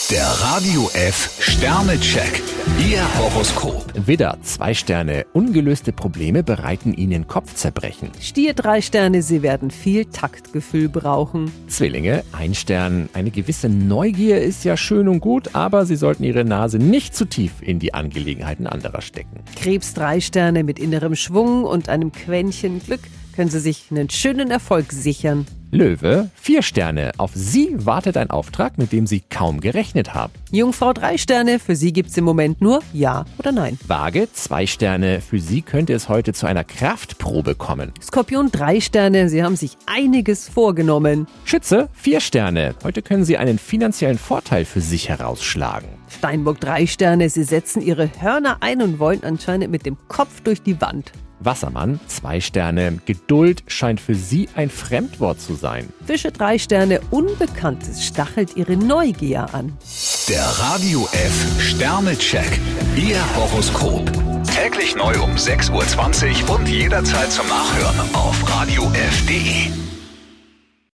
Der Radio F Sternecheck. Ihr Horoskop. Widder, 2 Sterne. Ungelöste Probleme bereiten Ihnen Kopfzerbrechen. Stier, 3 Sterne, Sie werden viel Taktgefühl brauchen. Zwillinge, 1 Stern. Eine gewisse Neugier ist ja schön und gut, aber Sie sollten Ihre Nase nicht zu tief in die Angelegenheiten anderer stecken. Krebs, 3 Sterne, mit innerem Schwung und einem Quäntchen Glück können Sie sich einen schönen Erfolg sichern. Löwe, 4 Sterne. Auf Sie wartet ein Auftrag, mit dem Sie kaum gerechnet haben. Jungfrau, 3 Sterne, für Sie gibt's im Moment nur Ja oder Nein. Waage, 2 Sterne. Für Sie könnte es heute zu einer Kraftprobe kommen. Skorpion, 3 Sterne, Sie haben sich einiges vorgenommen. Schütze, 4 Sterne. Heute können Sie einen finanziellen Vorteil für sich herausschlagen. Steinbock, 3 Sterne, Sie setzen Ihre Hörner ein und wollen anscheinend mit dem Kopf durch die Wand. Wassermann, 2 Sterne. Geduld scheint für Sie ein Fremdwort zu sein. Fische, 3 Sterne, Unbekanntes stachelt Ihre Neugier an. Der Radio F Sternecheck. Ihr Horoskop. Täglich neu um 6:20 Uhr und jederzeit zum Nachhören auf radiof.de.